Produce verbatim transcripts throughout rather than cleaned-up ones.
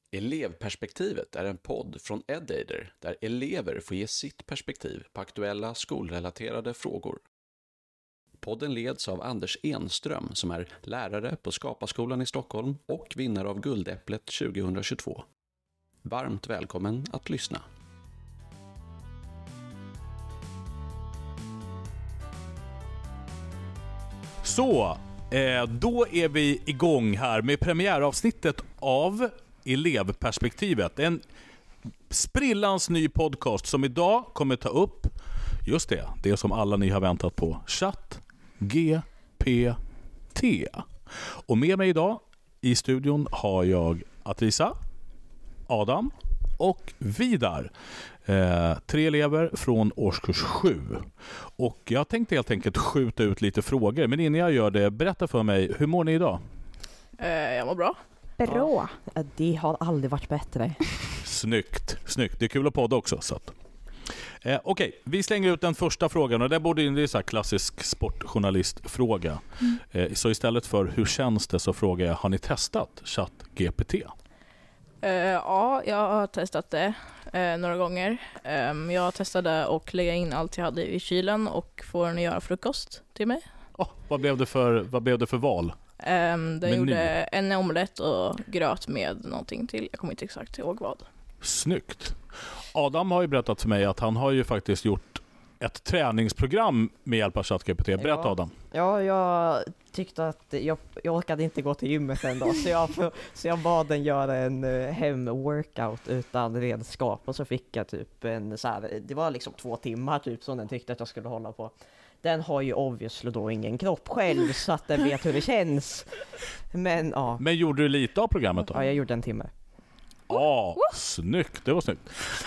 Elevperspektivet är en podd från Edader där elever får ge sitt perspektiv på aktuella skolrelaterade frågor. Podden leds av Anders Enström som är lärare på Skaparskolan i Stockholm och vinnare av Guldäpplet tjugohundratjugotvå. Varmt välkommen att lyssna. Så, då är vi igång här med premiäravsnittet av Elevperspektivet. En sprillans ny podcast som idag kommer ta upp just det, det som alla ni har väntat på. Chat G P T. Och med mig idag i studion har jag Atrisa, Adam och Vidar. Eh, tre elever från årskurs sju. Och jag tänkte helt enkelt skjuta ut lite frågor. Men innan jag gör det, berätta för mig, hur mår ni idag? Eh, jag mår bra. Bra. Ja, det har aldrig varit bättre. Snyggt, snyggt. Det är kul att podda också. Så att. Eh, Okej, okay. Vi slänger ut den första frågan. Och det borde ju en klassisk sportjournalistfråga. Mm. Eh, så istället för hur känns det så frågar jag, har ni testat Chat G P T? Uh, ja, jag har testat det uh, några gånger. Um, jag testade att lägga in allt jag hade i kylen och få den att göra frukost till mig. Oh, vad, blev det för, vad blev det för val? Um, den Menu. gjorde en omelett och gröt med någonting till. Jag kommer inte exakt ihåg vad. Snyggt. Adam har ju berättat för mig att han har ju faktiskt gjort ett träningsprogram med hjälp av Chat G P T. Berätta ja. Adam. Ja, jag tyckte att jag, jag orkade inte gå till gymmet en dag. Så jag, så jag bad den göra en uh, hem-workout utan redskap. Och så fick jag typ en så här, det var liksom två timmar typ som den tyckte att jag skulle hålla på. Den har ju obviously då ingen kropp själv så att den vet hur det känns. Men ja. Men gjorde du lite av programmet då? Ja, jag gjorde en timme. Ja, ah, snyggt. Det var snyggt.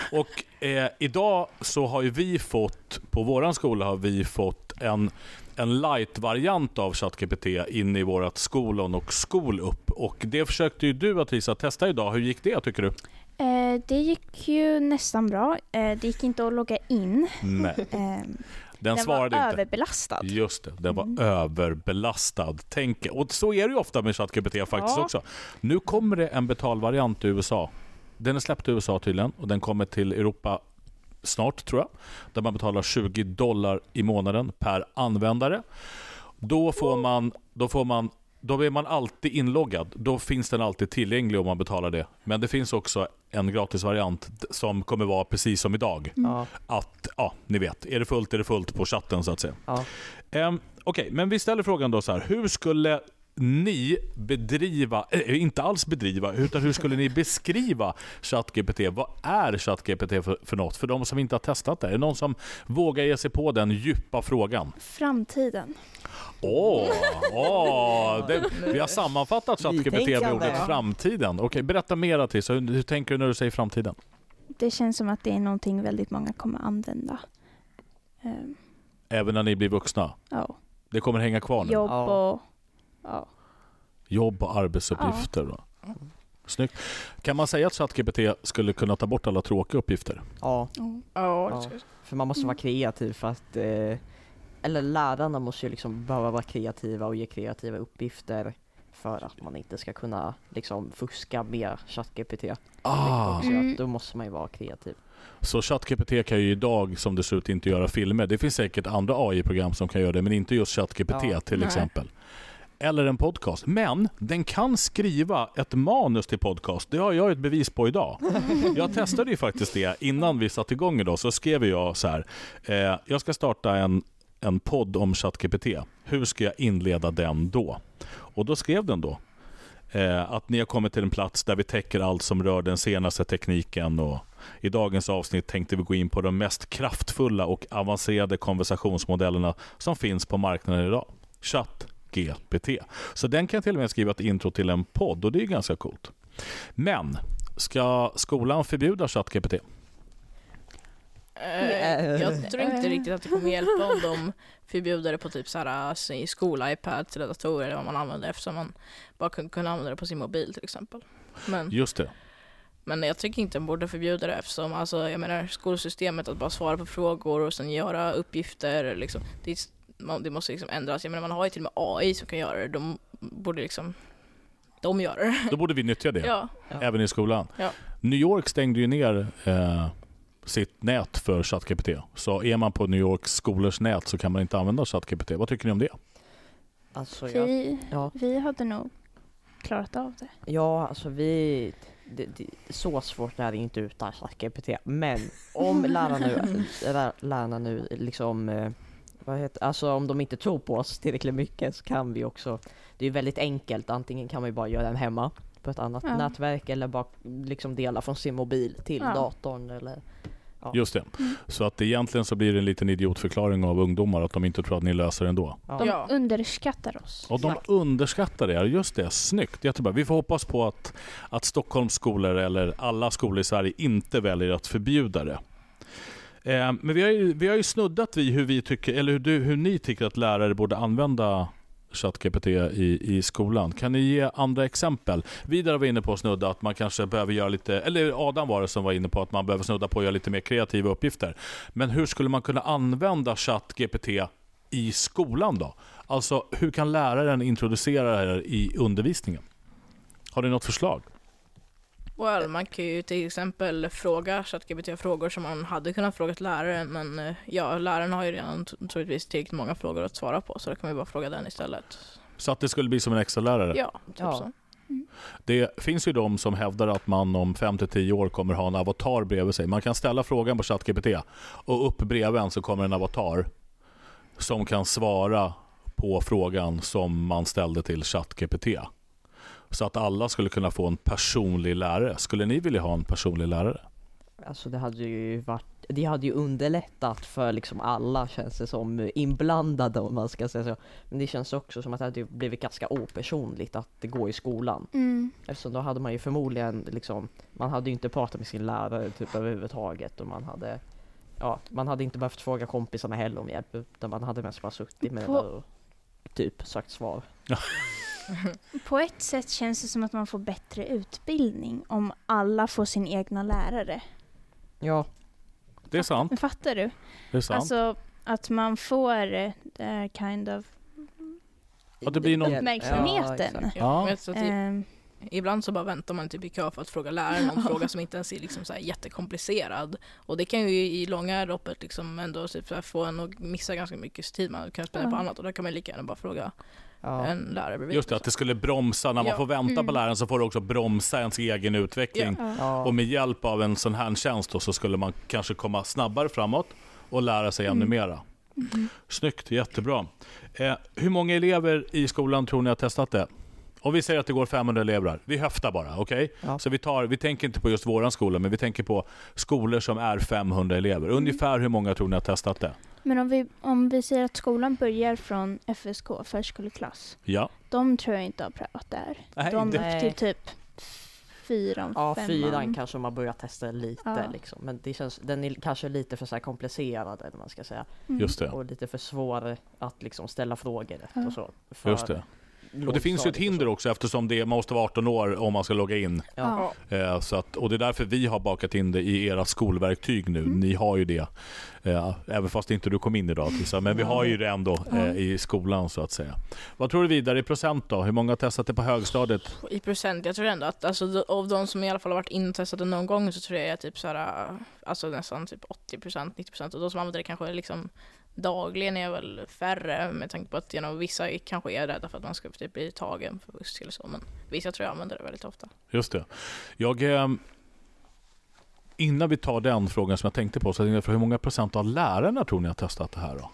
Och eh, idag så har ju vi fått, på våran skola har vi fått en, en light-variant av Chat G P T in i vårat skolon och skolupp. Och det försökte ju du, Atrisa, testa idag. Hur gick det, tycker du? Eh, det gick ju nästan bra. Eh, det gick inte att logga in. Nej. Eh, Den, den svarade var inte. överbelastad. Just det, den var mm. överbelastad. Tänk. Och så är det ju ofta med Chat G P T faktiskt ja. också. Nu kommer det en betalvariant i U S A. Den är släppt i U S A tydligen och den kommer till Europa snart tror jag. Där man betalar tjugo dollar i månaden per användare. Då får man, då får man Då är man alltid inloggad. Då finns den alltid tillgänglig om man betalar det. Men det finns också en gratisvariant som kommer vara precis som idag. Mm. Att, ja, ni vet, är det fullt är det fullt på chatten så att säga. Ja. Um, Okej, okay, men vi ställer frågan då så här. Hur skulle ni bedriva, äh, inte alls bedriva, utan hur skulle ni beskriva Chat G P T? Vad är Chat G P T för, för något? För de som inte har testat det. Är det någon som vågar ge sig på den djupa frågan? Framtiden. Åh, oh, oh, vi har sammanfattat Chat G P T med ordet framtiden. Okej, okay, berätta mer till. Så hur, hur tänker du när du säger framtiden? Det känns som att det är någonting väldigt många kommer använda. Um, Även när ni blir vuxna? Ja. Det kommer hänga kvar nu? Jobb och... Ja. Jobb och arbetsuppgifter. Ja. Då. Snyggt. Kan man säga att Chat G P T skulle kunna ta bort alla tråkiga uppgifter? Ja. Mm. ja. ja. För man måste vara kreativ för att... Eh, eller lärarna måste ju liksom behöva vara kreativa och ge kreativa uppgifter för att man inte ska kunna liksom fuska med Chat G P T. Ah. Mm. Då måste man ju vara kreativ. Så Chat G P T kan ju idag som det ser ut inte göra filmer. Det finns säkert andra A I-program som kan göra det, men inte just Chat G P T ja. till Nej. exempel. Eller en podcast. Men den kan skriva ett manus till podcast. Det har jag ett bevis på idag. Jag testade ju faktiskt det innan vi satt igång idag. Så skrev jag så här. Eh, jag ska starta en, en podd om Chat G P T. Hur ska jag inleda den då? Och då skrev den då. Eh, att ni har kommit till en plats där vi täcker allt som rör den senaste tekniken. Och i dagens avsnitt tänkte vi gå in på de mest kraftfulla och avancerade konversationsmodellerna som finns på marknaden idag. Chat G P T. Så den kan till och med skriva ett intro till en podd och det är ganska coolt. Men ska skolan förbjuda Chat G P T? Uh, jag tror inte riktigt att det kommer hjälpa om de förbjuder det på typ så här i skola, iPads eller datorer eller vad man använder, eftersom man bara kan kunna använda det på sin mobil till exempel. Men, Just det. Men jag tycker inte man borde förbjuda det eftersom alltså, jag menar, skolsystemet att bara svara på frågor och sen göra uppgifter liksom, det är, det måste liksom ändras. Jag menar, man har ju till och med A I som kan göra det. De borde liksom de gör det. Då borde vi nyttja det, Ja. även i skolan. Ja. New York stängde ju ner eh, sitt nät för ChatGPT. Så är man på New Yorks skolors nät så kan man inte använda ChatGPT. Vad tycker ni om det? Alltså, jag, Vi, ja. vi hade nog klarat av det. ja, alltså vi... Det, det, så svårt är det inte utan ChatGPT. Men om lärarna nu, lärarna nu liksom... Eh, vad heter, alltså om de inte tror på oss tillräckligt mycket så kan vi också... Det är väldigt enkelt. Antingen kan man ju bara göra den hemma på ett annat Ja. nätverk eller bara liksom dela från sin mobil till Ja. datorn eller... Ja. Just det. Så att egentligen så blir det en liten idiotförklaring av ungdomar att de inte tror att ni löser det ändå. Ja. De Ja. underskattar oss. Och de Exakt. underskattar det. Just det, snyggt. Jättebra. Vi får hoppas på att, att Stockholms skolor eller alla skolor i Sverige inte väljer att förbjuda det. Eh, men vi har, ju, vi har ju snuddat vid hur vi tycker, eller hur, du, hur ni tycker att lärare borde använda ChatGPT i, i skolan. Kan ni ge andra exempel? Vidare var inne på att snudda att man kanske behöver göra lite, eller Adam var det som var inne på att man behöver snudda på att göra lite mer kreativa uppgifter. Men hur skulle man kunna använda ChatGPT i skolan då? Alltså hur kan läraren introducera det här i undervisningen? Har ni något förslag? Well, man kan ju till exempel fråga ChatGPT frågor som man hade kunnat fråga läraren, men eh, ja, läraren har ju redan t- troligtvis tillräckligt många frågor att svara på, så då kan vi bara fråga den istället. Så att det skulle bli som en extra lärare. Ja, typ Ja. så. Det finns ju de som hävdar att man om fem till tio år kommer ha en avatar bredvid sig. Man kan ställa frågan på ChatGPT och upp bredvid en så kommer en avatar som kan svara på frågan som man ställde till ChatGPT. Så att alla skulle kunna få en personlig lärare. Skulle ni vilja ha en personlig lärare? Alltså det hade ju varit, det hade ju underlättat för liksom alla, känns det som, inblandade om man ska säga så. Men det känns också som att det hade blivit ganska opersonligt att det går i skolan. Mm. Eftersom då hade man ju förmodligen liksom, man hade ju inte pratat med sin lärare typ överhuvudtaget och man hade, ja, man hade inte behövt fråga kompisarna heller om hjälp utan man hade mest bara suttit med På- det där och typ sagt svar. På ett sätt känns det som att man får bättre utbildning om alla får sin egna lärare. Ja, Det är sant. Fattar du? Det är sant. Alltså att man får eh, det här kind of Ja, det blir någon- uppmärksamheten. exakt. Ja, men så typ, Ehm, ibland så bara väntar man typ i kö för att fråga läraren om en fråga som inte ens är liksom så här jättekomplicerad. Och det kan ju i långa loppet liksom ändå typ så här få en att missa ganska mycket tid. Man kan spela på Ja. annat och då kan man lika gärna bara fråga Ja. en lärare bredvid. Just det, att det skulle bromsa. När man Ja. får vänta på Mm. läraren så får det också bromsa ens egen utveckling. ja. Ja. Och med hjälp av en sån här tjänst då, så skulle man kanske komma snabbare framåt och lära sig ännu Mm. mera. Snyggt, jättebra. Eh, hur många elever i skolan tror ni har testat det? Och vi säger att det går femhundra elever här. Vi höftar bara, okej? Ja. Så vi, tar, vi tänker inte på just våran skola, men vi tänker på skolor som är femhundra elever. Ungefär hur många tror ni har testat det? Men om vi, om vi säger att skolan börjar från F S K, förskoleklass. Ja. De tror jag inte har prövat där. Nej, De det- upp till typ fyran, Ja, femman. fyran kanske man börjar testa lite Ja. liksom. Men det känns, den är kanske lite för så här komplicerad eller vad man ska säga. Mm. Just det. Och lite för svår att liksom ställa frågor rätt Ja. och så. För Just det. Och det finns ju ett hinder också eftersom det, man måste vara arton år om man ska logga in. Ja. Ja. Eh, så att, och det är därför vi har bakat in det i era skolverktyg nu. Mm. Ni har ju det. Eh, även fast inte du kom in idag Tissa. Men vi har ju det ändå eh, Ja. i skolan så att säga. Vad tror du vidare i procent då? Hur många har testat det på högstadiet? I procent, jag tror ändå att alltså, de- av de som i alla fall har varit inne och testat det någon gång så tror jag är typ så här, alltså nästan typ åttio procent, nittio procent. Och de som använder det kanske liksom dagligen är väl färre med tanke på att you know, vissa kanske är rädda för att man ska typ bli tagen för fusk eller så. Men vissa tror jag använder det väldigt ofta. Just det. Jag, eh, innan vi tar den frågan som jag tänkte på, så tänkte jag för hur många procent av lärarna tror ni har testat det här då?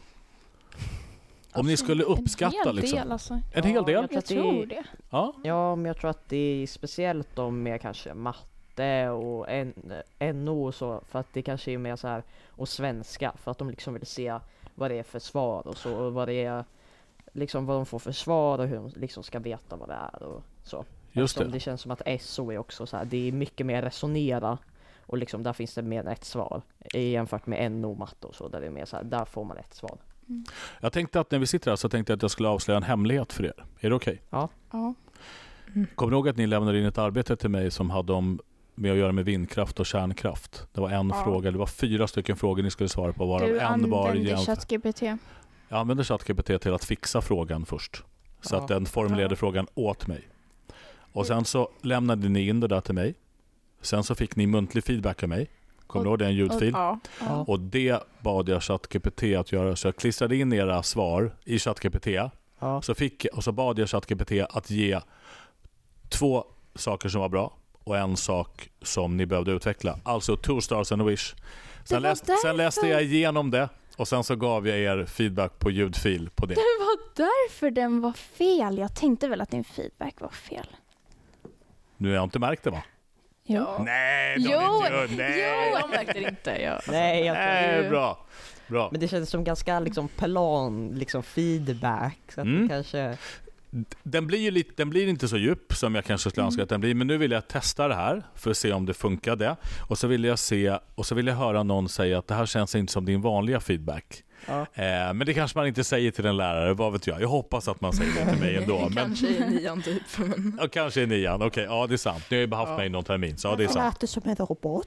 Om ni skulle uppskatta En hel liksom. del alltså. En hel del? jag tror Jag att det tror är- det. Ja. Ja, men jag tror att det är speciellt de med kanske matte och N- N O och så, för att det kanske är mer så här, och svenska, för att de liksom vill se vad det är för svar och så, och vad det är, liksom vad de får för svar och hur de liksom ska veta vad det är och så. Just Eftersom det. det känns som att S O är också så här, det är mycket mer resonera och liksom där finns det mer än ett svar jämfört med N O matte och så, där det är mer så här, där får man ett svar. Jag tänkte att när vi sitter här så tänkte jag att jag skulle avslöja en hemlighet för er. Är det okej? Ja. Kommer ni ihåg att ni lämnade in ett arbete till mig som hade om med att göra med vindkraft och kärnkraft? Det var en Ja. fråga, det var fyra stycken frågor ni skulle svara på, varav Du en var använder jämf- ChatGPT. Jag använde ChatGPT till att fixa frågan först. Så Ja. att den formulerade Ja. frågan åt mig. Och sen så lämnade ni in det där till mig. Sen så fick ni muntlig feedback av mig. Kommer du ihåg det? En ljudfil. Och, ja. Ja. Och det bad jag ChatGPT att göra. Så jag klistrade in era svar i ChatGPT. Ja. Så fick, och så bad jag ChatGPT att ge två saker som var bra och en sak som ni behövde utveckla. Alltså two stars and a wish. Sen, var läst, därför. sen läste jag igenom det och sen så gav jag er feedback på ljudfil på det. Det var därför den var fel. Jag tänkte väl att din feedback var fel. Nu har jag inte märkt det, va? Ja. Nej, det Jo, har ni inte. Nej, Jo, jag märkte det inte. Ja. Nej, jag tror... Nej, bra. Bra. Men det känns som ganska liksom plan, liksom feedback. Så att Mm. det kanske... Den blir ju lite, den blir inte så djup som jag kanske skulle önska att den blir, men nu vill jag testa det här för att se om det funkade. Och så vill jag se och så vill jag höra någon säga att det här känns inte som din vanliga feedback. Ja. Eh, men det kanske man inte säger till en lärare, vad vet jag. Jag hoppas att man säger det till mig ändå. Men, Kanske i nian typ. Men... ja, kanske i nian, okej, okay, ja det är sant. Ni har ju bara haft Ja. mig någon termin, så ja, det är sant. lät det som en robot.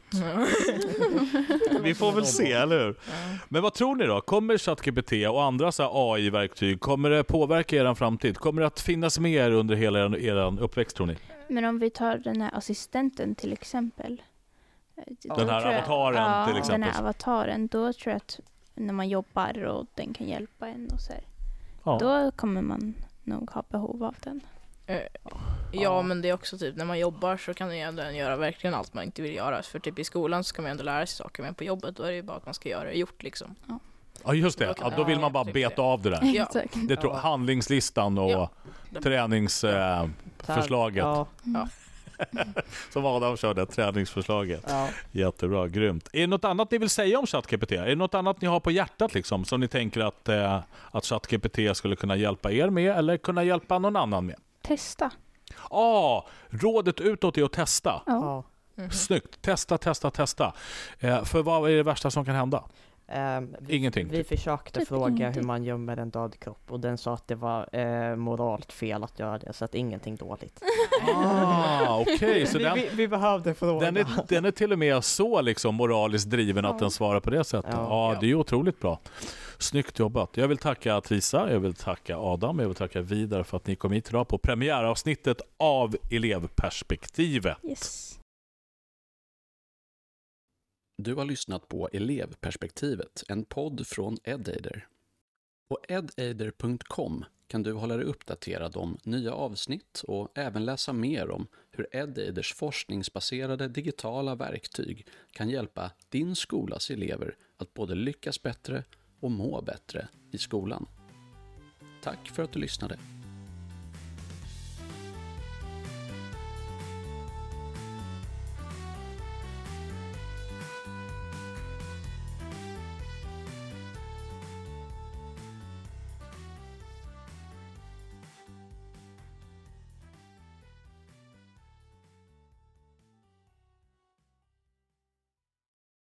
Vi får väl se, eller hur? Men vad tror ni då? Kommer ChatGPT och andra så här A I-verktyg, kommer det påverka er framtid? Kommer det att finnas med er under hela er, er uppväxt, tror ni? Men om vi tar den här assistenten till exempel. då Den här tror jag- avataren ja, till exempel. den här avataren. Då tror jag att när man jobbar och den kan hjälpa en och så här, Ja. då kommer man nog ha behov av den. Ja, men det är också typ när man jobbar så kan ju den göra verkligen allt man inte vill göra. För typ i skolan så ska man ändå lära sig saker, men på jobbet då är det ju bara att man ska göra det gjort liksom. Ja, just det. Då kan- Ja, då vill man bara ja, beta av det där. Ja. Exakt. Det tror, Ja. handlingslistan och Ja. träningsförslaget. Eh, förslaget. Ja, Som Adam körde, träningsförslaget. ja. Jättebra, grymt. Är det något annat ni vill säga om ChatGPT? Är det något annat ni har på hjärtat liksom, som ni tänker att, eh, att ChatGPT skulle kunna hjälpa er med eller kunna hjälpa någon annan med? Testa. Ah, rådet utåt är att testa. Ja. Ja. Snyggt. Testa, testa, testa. Eh, för vad är det värsta som kan hända? Ehm, vi, Ingenting. Vi försökte Typ fråga ingenting. hur man gömmer en död kropp och den sa att det var eh, moralt fel att göra det, så att ingenting dåligt. Ah, okej. Okay. Så vi, den, vi, vi behövde fråga. den, är, den är till och med så liksom moraliskt driven att Ja. den svarar på det sättet. Ja, Ja. det är otroligt bra. Snyggt jobbat. Jag vill tacka Trisa, jag vill tacka Adam, jag vill tacka Vidar för att ni kom hit idag på premiäravsnittet av Elevperspektivet. Yes. Du har lyssnat på Elevperspektivet, en podd från Edaider. På edaider punkt com kan du hålla dig uppdaterad om nya avsnitt och även läsa mer om hur Edaiders forskningsbaserade digitala verktyg kan hjälpa din skolas elever att både lyckas bättre och må bättre i skolan. Tack för att du lyssnade.